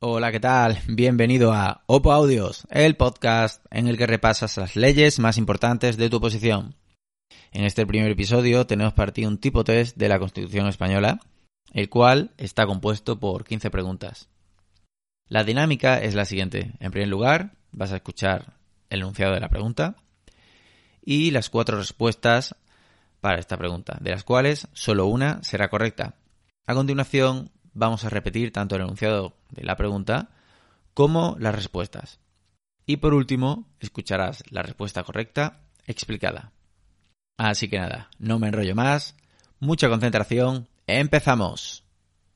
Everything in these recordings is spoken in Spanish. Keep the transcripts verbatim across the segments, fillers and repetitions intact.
Hola, ¿qué tal? Bienvenido a Oppo Audios, el podcast en el que repasas las leyes más importantes de tu oposición. En este primer episodio tenemos para ti un tipo test de la Constitución española, el cual está compuesto por quince preguntas. La dinámica es la siguiente. En primer lugar, vas a escuchar el enunciado de la pregunta y las cuatro respuestas para esta pregunta, de las cuales solo una será correcta. A continuación, vamos a repetir tanto el enunciado de la pregunta como las respuestas. Y por último, escucharás la respuesta correcta explicada. Así que nada, no me enrollo más, mucha concentración, ¡empezamos!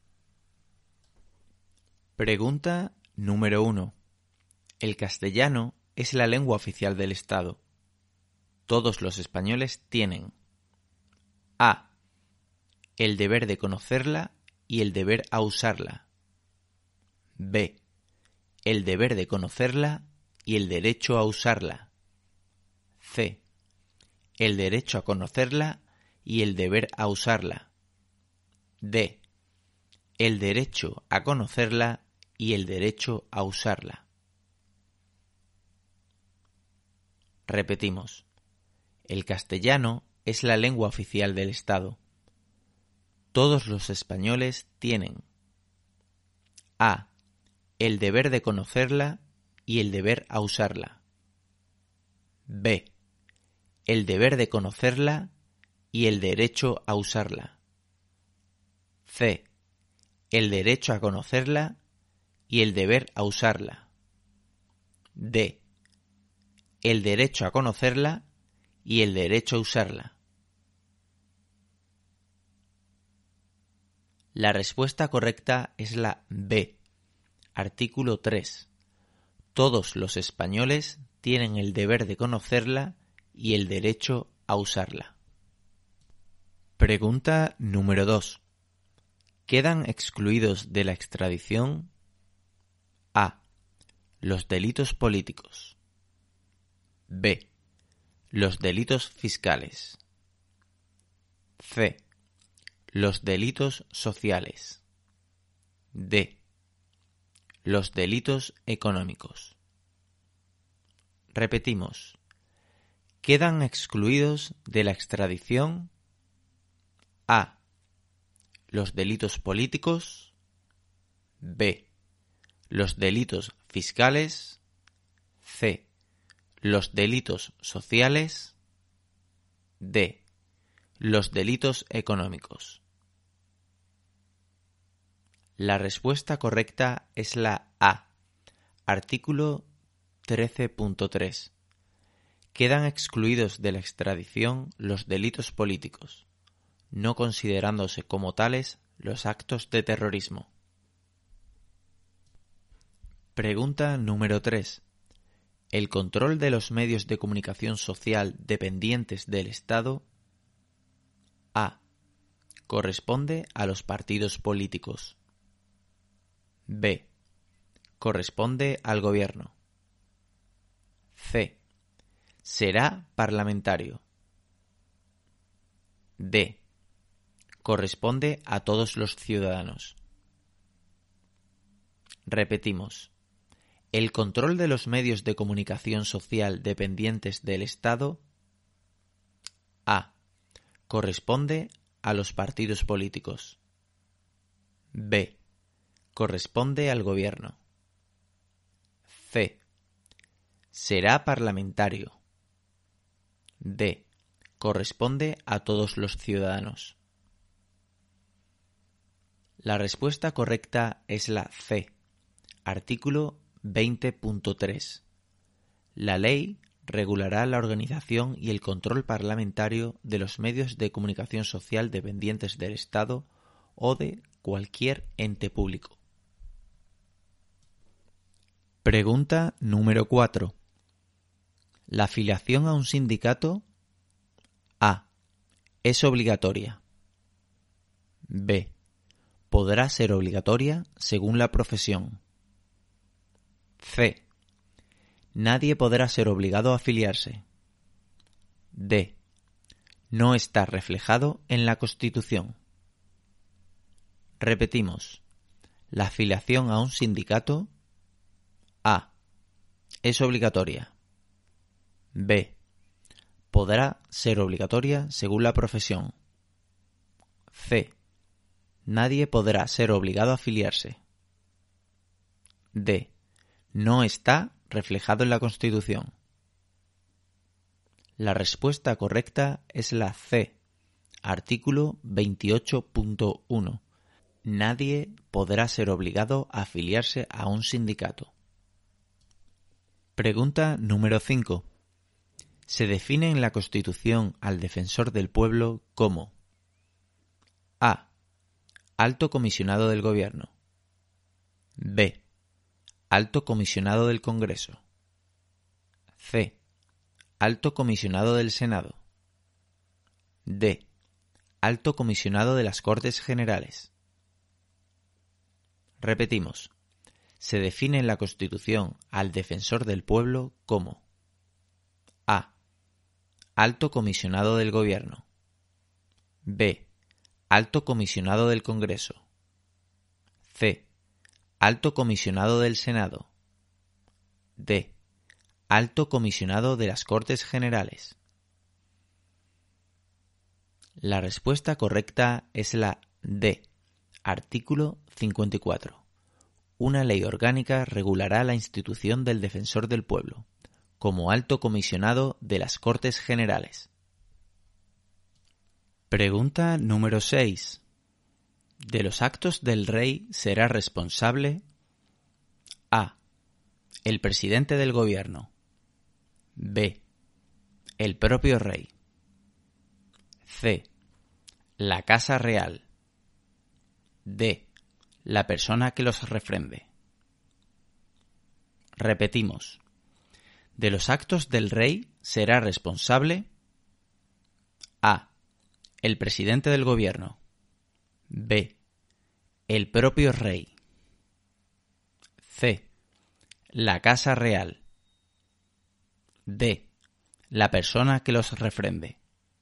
Pregunta número uno. El castellano es la lengua oficial del Estado. Todos los españoles tienen A. El deber de conocerla y el deber a usarla. B. El deber de conocerla y el derecho a usarla. C. El derecho a conocerla y el deber a usarla. D. El derecho a conocerla y el derecho a usarla. Repetimos. El castellano es la lengua oficial del Estado. Todos los españoles tienen A. El deber de conocerla y el deber a usarla. B. El deber de conocerla y el derecho a usarla. C. El derecho a conocerla y el deber a usarla. D. El derecho a conocerla y el derecho a usarla. La respuesta correcta es la B. Artículo tres. Todos los españoles tienen el deber de conocerla y el derecho a usarla. Pregunta número dos. ¿Quedan excluidos de la extradición? A. Los delitos políticos. B. Los delitos fiscales. C. Los delitos sociales. D. Los delitos económicos. Repetimos. ¿Quedan excluidos de la extradición? A. Los delitos políticos. B. Los delitos fiscales. C. Los delitos sociales. D. Los delitos económicos. La respuesta correcta es la A. Artículo trece punto tres. Quedan excluidos de la extradición los delitos políticos, no considerándose como tales los actos de terrorismo. Pregunta número tres. ¿El control de los medios de comunicación social dependientes del Estado? A. Corresponde a los partidos políticos. B. Corresponde al gobierno. C. Será parlamentario. D. Corresponde a todos los ciudadanos. Repetimos. El control de los medios de comunicación social dependientes del Estado. A. Corresponde a los partidos políticos. B. Corresponde al gobierno. C. Será parlamentario. D. Corresponde a todos los ciudadanos. La respuesta correcta es la C. Artículo veinte punto tres. La ley regulará la organización y el control parlamentario de los medios de comunicación social dependientes del Estado o de cualquier ente público. Pregunta número cuatro. ¿La afiliación a un sindicato? A. Es obligatoria. B. Podrá ser obligatoria según la profesión. C. Nadie podrá ser obligado a afiliarse. D. No está reflejado en la Constitución. Repetimos. ¿La afiliación a un sindicato? A. Es obligatoria. B. Podrá ser obligatoria según la profesión. C. Nadie podrá ser obligado a afiliarse. D. No está reflejado en la Constitución. La respuesta correcta es la C. Artículo veintiocho punto uno. Nadie podrá ser obligado a afiliarse a un sindicato. Pregunta número cinco. Se define en la Constitución al defensor del pueblo como A. Alto comisionado del Gobierno. B. Alto comisionado del Congreso. C. Alto comisionado del Senado. D. Alto comisionado de las Cortes Generales. Repetimos. Se define en la Constitución al defensor del pueblo como A. Alto comisionado del Gobierno. B. Alto comisionado del Congreso. C. Alto comisionado del Senado. D. Alto comisionado de las Cortes Generales. La respuesta correcta es la D. Artículo cincuenta y cuatro. Una ley orgánica regulará la institución del defensor del pueblo, como alto comisionado de las Cortes Generales. Pregunta número seis. De los actos del rey será responsable A. El presidente del gobierno. B. El propio rey. C. La Casa Real. D. La persona que los refrende. Repetimos. De los actos del rey será responsable A. El presidente del gobierno. B. El propio rey. C. La Casa Real. D. La persona que los refrende.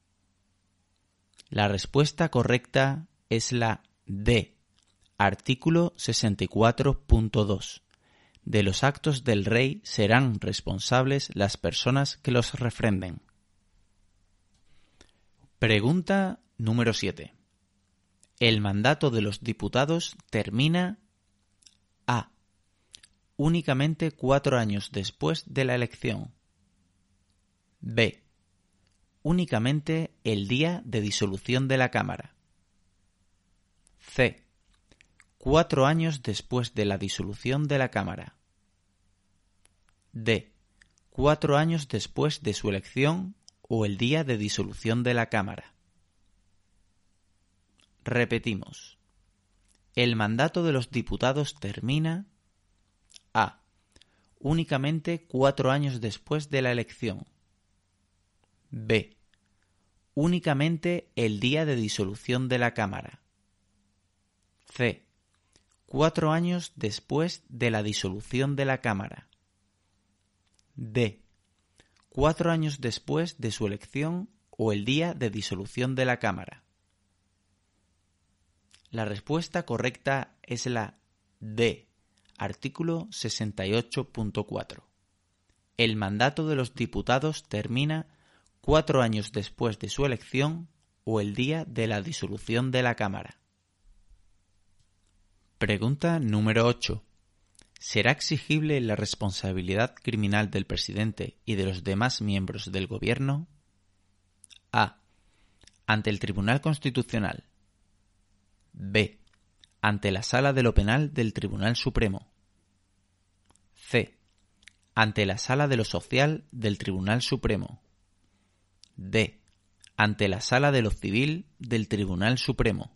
La respuesta correcta es la D. Artículo sesenta y cuatro punto dos. De los actos del rey serán responsables las personas que los refrenden. Pregunta número siete. El mandato de los diputados termina A. Únicamente cuatro años después de la elección. B. Únicamente el día de disolución de la Cámara. C. Cuatro años después de la disolución de la Cámara. D. Cuatro años después de su elección o el día de disolución de la Cámara. Repetimos. El mandato de los diputados termina A. Únicamente cuatro años después de la elección. B. Únicamente el día de disolución de la Cámara. C. Cuatro años después de la disolución de la Cámara. D. Cuatro años después de su elección o el día de disolución de la Cámara. La respuesta correcta es la D. Artículo sesenta y ocho punto cuatro. El mandato de los diputados termina cuatro años después de su elección o el día de la disolución de la Cámara. Pregunta número ocho. ¿Será exigible la responsabilidad criminal del presidente y de los demás miembros del gobierno? A. Ante el Tribunal Constitucional. B. Ante la Sala de lo Penal del Tribunal Supremo. C. Ante la Sala de lo Social del Tribunal Supremo. D. Ante la Sala de lo Civil del Tribunal Supremo.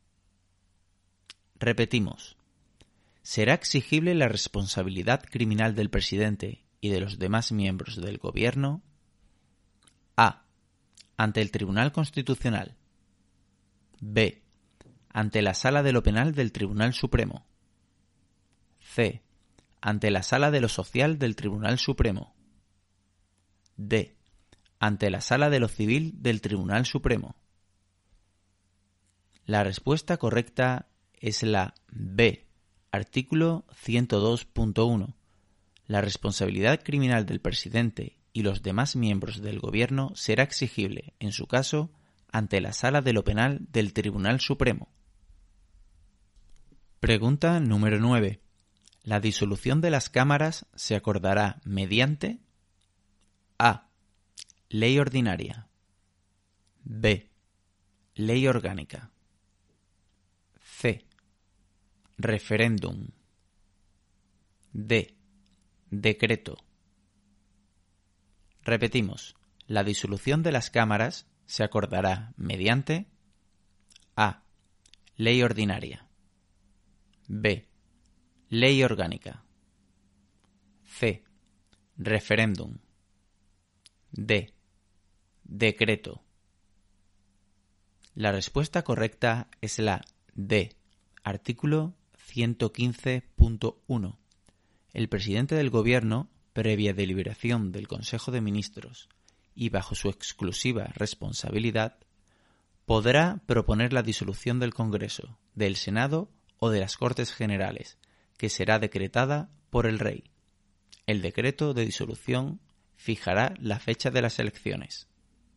Repetimos. ¿Será exigible la responsabilidad criminal del presidente y de los demás miembros del gobierno? A. Ante el Tribunal Constitucional. B. Ante la Sala de lo Penal del Tribunal Supremo. C. Ante la Sala de lo Social del Tribunal Supremo. D. Ante la Sala de lo Civil del Tribunal Supremo. La respuesta correcta es la B. Artículo ciento dos punto uno. La responsabilidad criminal del presidente y los demás miembros del Gobierno será exigible, en su caso, ante la Sala de lo Penal del Tribunal Supremo. Pregunta número nueve. La disolución de las cámaras se acordará mediante A. Ley ordinaria. B. Ley orgánica. C. Referéndum. D. Decreto. Repetimos. La disolución de las cámaras se acordará mediante A. Ley ordinaria. B. Ley orgánica. C. Referéndum. D. Decreto. La respuesta correcta es la D. Artículo ciento quince punto uno. El presidente del Gobierno, previa deliberación del Consejo de Ministros y bajo su exclusiva responsabilidad, podrá proponer la disolución del Congreso, del Senado o de las Cortes Generales, que será decretada por el Rey. El decreto de disolución fijará la fecha de las elecciones.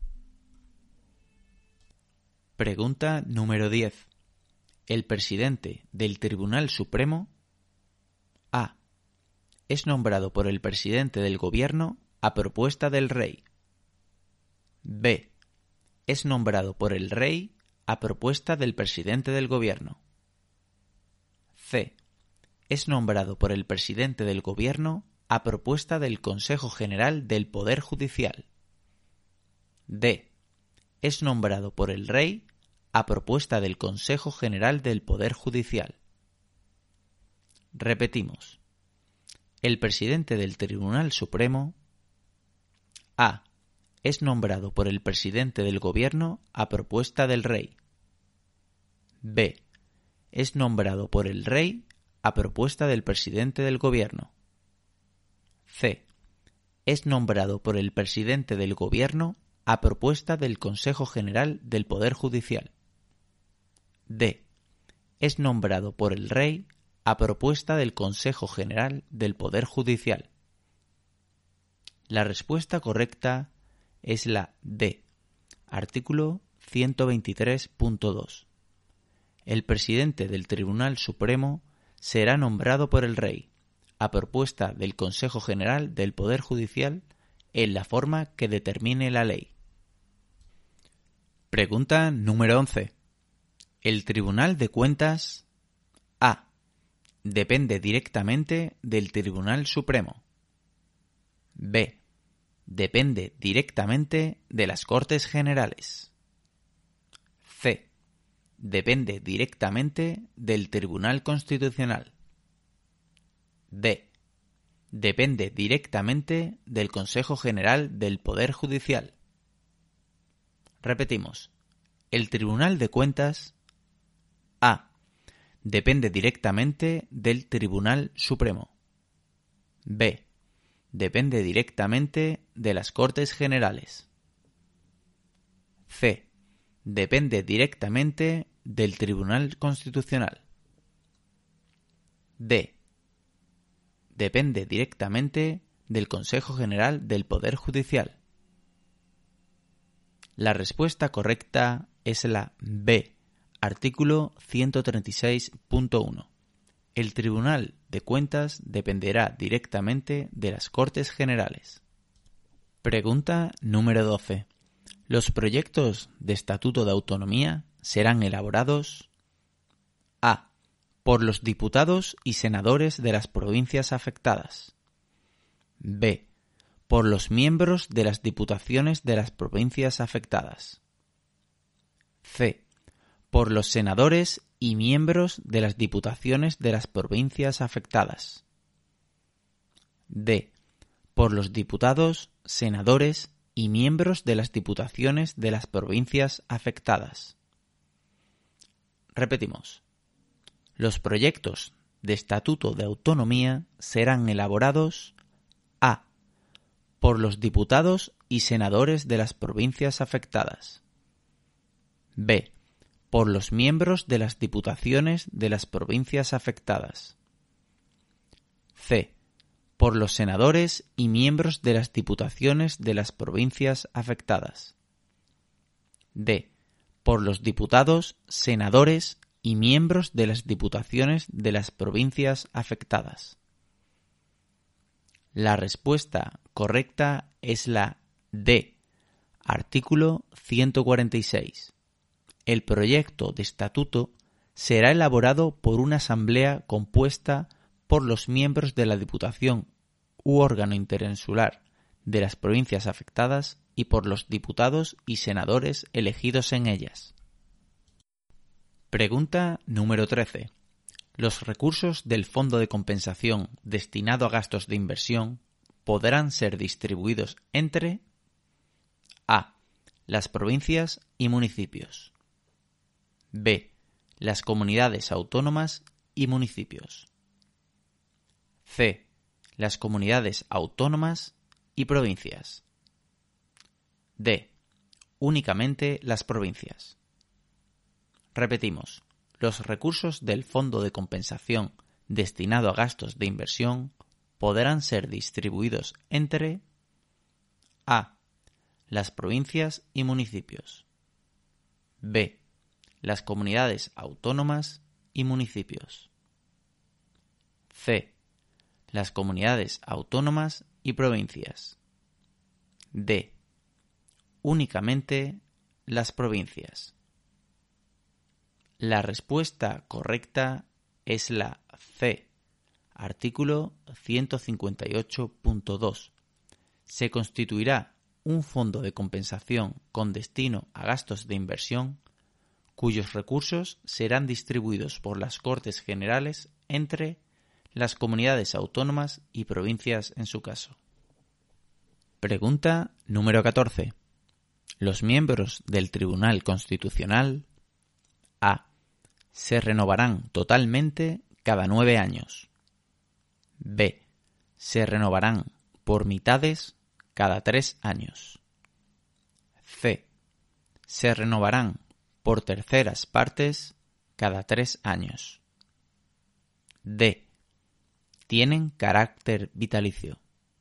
Pregunta número diez. El presidente del Tribunal Supremo A. Es nombrado por el presidente del Gobierno a propuesta del Rey. B. Es nombrado por el Rey a propuesta del presidente del Gobierno. C. Es nombrado por el presidente del Gobierno a propuesta del Consejo General del Poder Judicial. D. Es nombrado por el Rey a propuesta del Consejo General del Poder Judicial. Repetimos. El presidente del Tribunal Supremo A. Es nombrado por el presidente del Gobierno a propuesta del Rey. B. Es nombrado por el Rey a propuesta del presidente del Gobierno. C. Es nombrado por el presidente del Gobierno a propuesta del Consejo General del Poder Judicial. D. Es nombrado por el Rey a propuesta del Consejo General del Poder Judicial. La respuesta correcta es la D. Artículo ciento veintitrés punto dos. El presidente del Tribunal Supremo será nombrado por el Rey, a propuesta del Consejo General del Poder Judicial, en la forma que determine la ley. Pregunta número once. El Tribunal de Cuentas A. Depende directamente del Tribunal Supremo. B. Depende directamente de las Cortes Generales. C. Depende directamente del Tribunal Constitucional. D. Depende directamente del Consejo General del Poder Judicial. Repetimos. El Tribunal de Cuentas A. Depende directamente del Tribunal Supremo. B. Depende directamente de las Cortes Generales. C. Depende directamente del Tribunal Constitucional. D. Depende directamente del Consejo General del Poder Judicial. La respuesta correcta es la B. Artículo ciento treinta y seis punto uno. El Tribunal de Cuentas dependerá directamente de las Cortes Generales. Pregunta número doce. Los proyectos de Estatuto de Autonomía serán elaborados A. Por los diputados y senadores de las provincias afectadas. B. Por los miembros de las diputaciones de las provincias afectadas. C. Por los senadores y miembros de las diputaciones de las provincias afectadas. D. Por los diputados, senadores y miembros de las diputaciones de las provincias afectadas. Repetimos. Los proyectos de Estatuto de Autonomía serán elaborados A. Por los diputados y senadores de las provincias afectadas. B. Por los miembros de las diputaciones de las provincias afectadas. C. Por los senadores y miembros de las diputaciones de las provincias afectadas. D. Por los diputados, senadores y miembros de las diputaciones de las provincias afectadas. La respuesta correcta es la D. Artículo ciento cuarenta y seis. El proyecto de estatuto será elaborado por una asamblea compuesta por los miembros de la Diputación u órgano interinsular de las provincias afectadas y por los diputados y senadores elegidos en ellas. Pregunta número trece. Los recursos del Fondo de Compensación destinado a gastos de inversión podrán ser distribuidos entre A. Las provincias y municipios. B. Las comunidades autónomas y municipios. C. Las comunidades autónomas y provincias. D. Únicamente las provincias. Repetimos, los recursos del Fondo de Compensación destinado a gastos de inversión podrán ser distribuidos entre A. Las provincias y municipios. B. Las comunidades autónomas y municipios. C. Las comunidades autónomas y provincias. D. Únicamente las provincias. La respuesta correcta es la C. Artículo ciento cincuenta y ocho punto dos. Se constituirá un fondo de compensación con destino a gastos de inversión cuyos recursos serán distribuidos por las Cortes Generales entre las comunidades autónomas y provincias en su caso. Pregunta número catorce. Los miembros del Tribunal Constitucional A. Se renovarán totalmente cada nueve años. B. Se renovarán por mitades cada tres años. C. Se renovarán por terceras partes cada tres años. D. Tienen carácter vitalicio.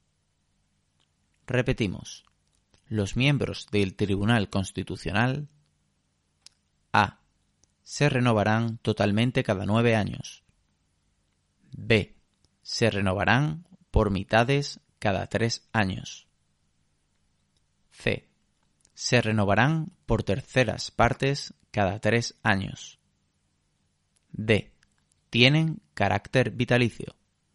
Repetimos. Los miembros del Tribunal Constitucional A. Se renovarán totalmente cada nueve años. B. Se renovarán por mitades cada tres años. C. Se renovarán por terceras partes cada tres años. D. Tienen carácter vitalicio.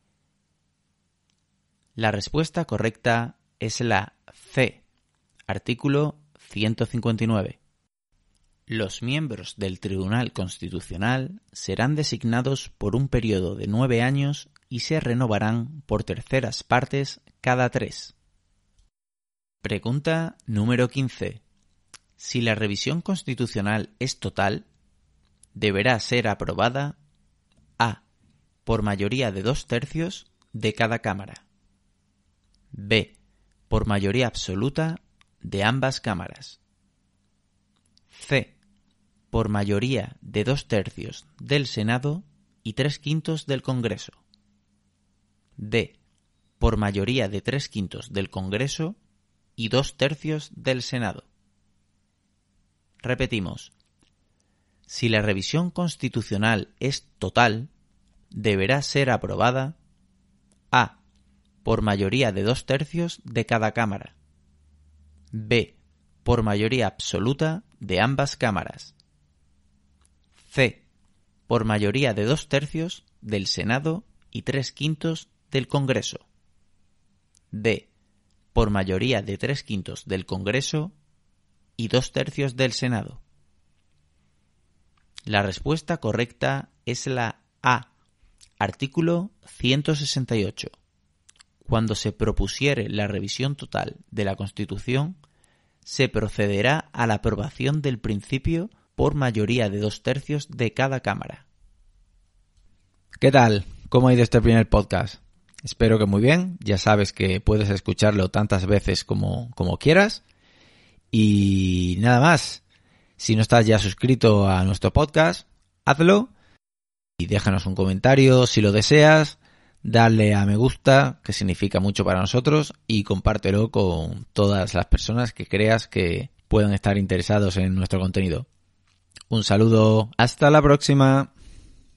La respuesta correcta es la C. Artículo ciento cincuenta y nueve. Los miembros del Tribunal Constitucional serán designados por un periodo de nueve años y se renovarán por terceras partes cada tres. Pregunta número quince. Si la revisión constitucional es total, deberá ser aprobada A. Por mayoría de dos tercios de cada Cámara. B. Por mayoría absoluta de ambas cámaras. C. Por mayoría de dos tercios del Senado y tres quintos del Congreso. D. Por mayoría de tres quintos del Congreso y dos tercios del Senado. Repetimos. Si la revisión constitucional es total, deberá ser aprobada A. Por mayoría de dos tercios de cada Cámara. B. Por mayoría absoluta de ambas cámaras. C. Por mayoría de dos tercios del Senado y tres quintos del Congreso. D. Por mayoría de tres quintos del Congreso y dos tercios del Senado. La respuesta correcta es la A. Artículo ciento sesenta y ocho. Cuando se propusiere la revisión total de la Constitución, se procederá a la aprobación del principio por mayoría de dos tercios de cada Cámara. ¿Qué tal? ¿Cómo ha ido este primer podcast? Espero que muy bien. Ya sabes que puedes escucharlo tantas veces como, como quieras. Y nada más. Si no estás ya suscrito a nuestro podcast, hazlo. Y déjanos un comentario si lo deseas. Dale a me gusta, que significa mucho para nosotros, y compártelo con todas las personas que creas que puedan estar interesados en nuestro contenido. Un saludo, hasta la próxima.